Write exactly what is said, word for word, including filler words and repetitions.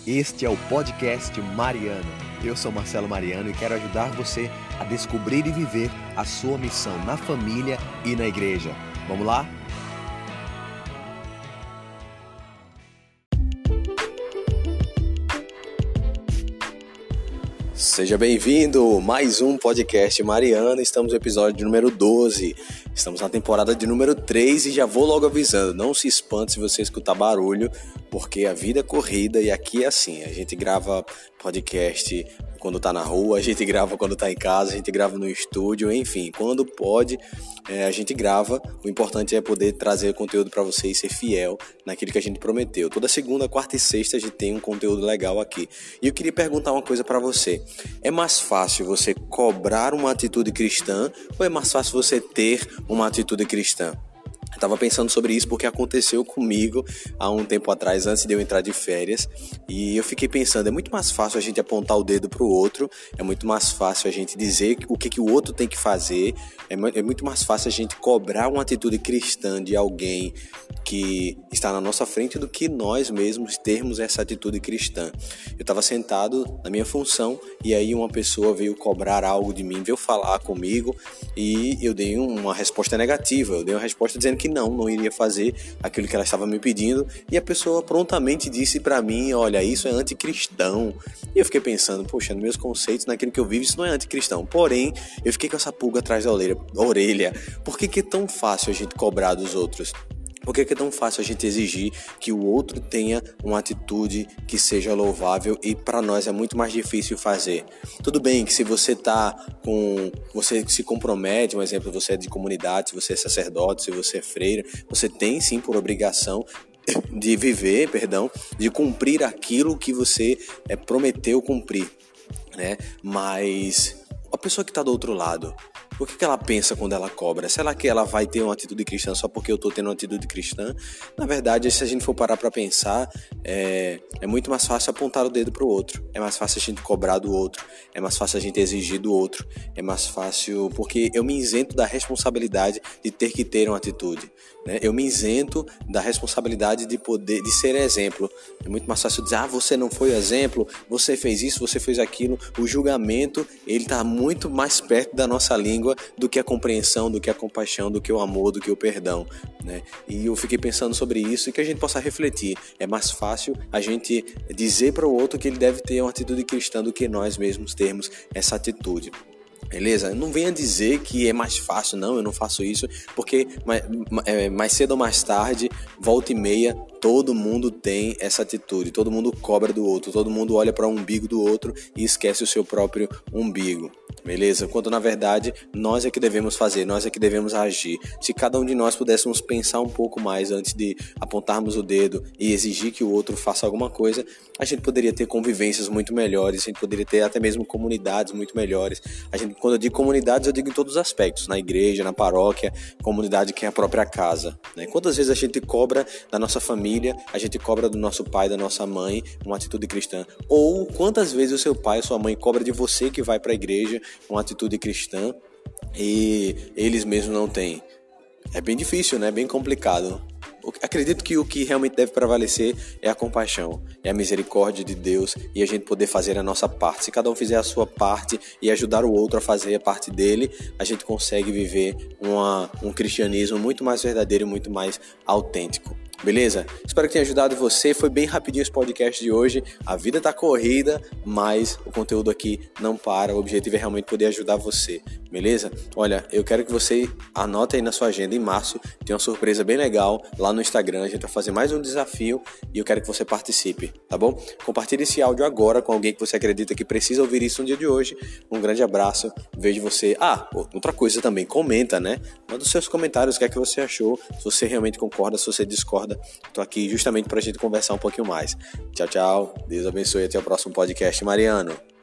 Este é o podcast Mariano. Eu sou Marcelo Mariano e quero ajudar você a descobrir e viver a sua missão na família e na igreja. Vamos lá? Seja bem-vindo, mais um podcast Mariano, estamos no episódio número doze, estamos na temporada de número três e já vou logo avisando, não se espante se você escutar barulho, porque a vida é corrida e aqui é assim, a gente grava podcast quando tá na rua, a gente grava quando tá em casa, a gente grava no estúdio, enfim, quando pode é, a gente grava, o importante é poder trazer conteúdo para você e ser fiel naquilo que a gente prometeu. Toda segunda, quarta e sexta a gente tem um conteúdo legal aqui. E eu queria perguntar uma coisa para você, é mais fácil você cobrar uma atitude cristã ou é mais fácil você ter uma atitude cristã? Eu estava pensando sobre isso porque aconteceu comigo há um tempo atrás, antes de eu entrar de férias, e eu fiquei pensando, é muito mais fácil a gente apontar o dedo para o outro, é muito mais fácil a gente dizer o que, que o outro tem que fazer, é muito mais fácil a gente cobrar uma atitude cristã de alguém que está na nossa frente do que nós mesmos termos essa atitude cristã. Eu estava sentado na minha função e aí uma pessoa veio cobrar algo de mim, veio falar comigo e eu dei uma resposta negativa, eu dei uma resposta dizendo que não, não iria fazer aquilo que ela estava me pedindo e a pessoa prontamente disse para mim, olha, isso é anticristão. E eu fiquei pensando, poxa, nos meus conceitos, naquilo que eu vivo, isso não é anticristão. Porém, eu fiquei com essa pulga atrás da orelha. Da orelha. Por que que é tão fácil a gente cobrar dos outros? Por que que é tão fácil a gente exigir que o outro tenha uma atitude que seja louvável e para nós é muito mais difícil fazer? Tudo bem que se você tá com, você se compromete, um exemplo, você é de comunidade, se você é sacerdote, se você é freira, você tem sim por obrigação de viver, perdão, de cumprir aquilo que você é, prometeu cumprir, né? Mas a pessoa que está do outro lado, o que, que ela pensa quando ela cobra? Será que ela vai ter uma atitude cristã só porque eu estou tendo uma atitude cristã? Na verdade, se a gente for parar para pensar, é, é muito mais fácil apontar o dedo para o outro. É mais fácil a gente cobrar do outro. É mais fácil a gente exigir do outro. É mais fácil porque eu me isento da responsabilidade de ter que ter uma atitude, né? Eu me isento da responsabilidade de poder, de ser exemplo. É muito mais fácil dizer, ah, você não foi exemplo, você fez isso, você fez aquilo. O julgamento, ele está muito mais perto da nossa língua do que a compreensão, do que a compaixão, do que o amor, do que o perdão, né? E eu fiquei pensando sobre isso e que a gente possa refletir. É mais fácil a gente dizer para o outro que ele deve ter uma atitude cristã do que nós mesmos termos essa atitude. Beleza? Não venha dizer que é mais fácil, não, eu não faço isso, porque mais, mais cedo ou mais tarde, volta e meia, todo mundo tem essa atitude, todo mundo cobra do outro, todo mundo olha para o umbigo do outro e esquece o seu próprio umbigo, beleza? Quando na verdade nós é que devemos fazer, nós é que devemos agir. Se cada um de nós pudéssemos pensar um pouco mais antes de apontarmos o dedo e exigir que o outro faça alguma coisa, a gente poderia ter convivências muito melhores, a gente poderia ter até mesmo comunidades muito melhores. A gente, quando eu digo comunidades, eu digo em todos os aspectos, na igreja, na paróquia, comunidade que é a própria casa, né? Quantas vezes a gente cobra da nossa família, a gente cobra do nosso pai, da nossa mãe, uma atitude cristã? Ou quantas vezes o seu pai ou sua mãe cobra de você que vai para a igreja uma atitude cristã e eles mesmos não têm? É bem difícil, né? Bem complicado. Acredito que o que realmente deve prevalecer é a compaixão, é a misericórdia de Deus e a gente poder fazer a nossa parte. Se cada um fizer a sua parte e ajudar o outro a fazer a parte dele, a gente consegue viver uma, um cristianismo muito mais verdadeiro e muito mais autêntico. Beleza? Espero que tenha ajudado você. Foi bem rapidinho esse podcast de hoje. A vida tá corrida, mas o conteúdo aqui não para. O objetivo é realmente poder ajudar você. Beleza? Olha, eu quero que você anote aí na sua agenda em março. Tem uma surpresa bem legal lá no Instagram. A gente vai fazer mais um desafio e eu quero que você participe, tá bom? Compartilhe esse áudio agora com alguém que você acredita que precisa ouvir isso no dia de hoje. Um grande abraço. Vejo você. Ah, outra coisa também. Comenta, né? Manda os seus comentários. O que é que você achou? Se você realmente concorda, se você discorda. Estou aqui justamente para a gente conversar um pouquinho mais. Tchau, tchau. Deus abençoe. Até o próximo podcast Mariano.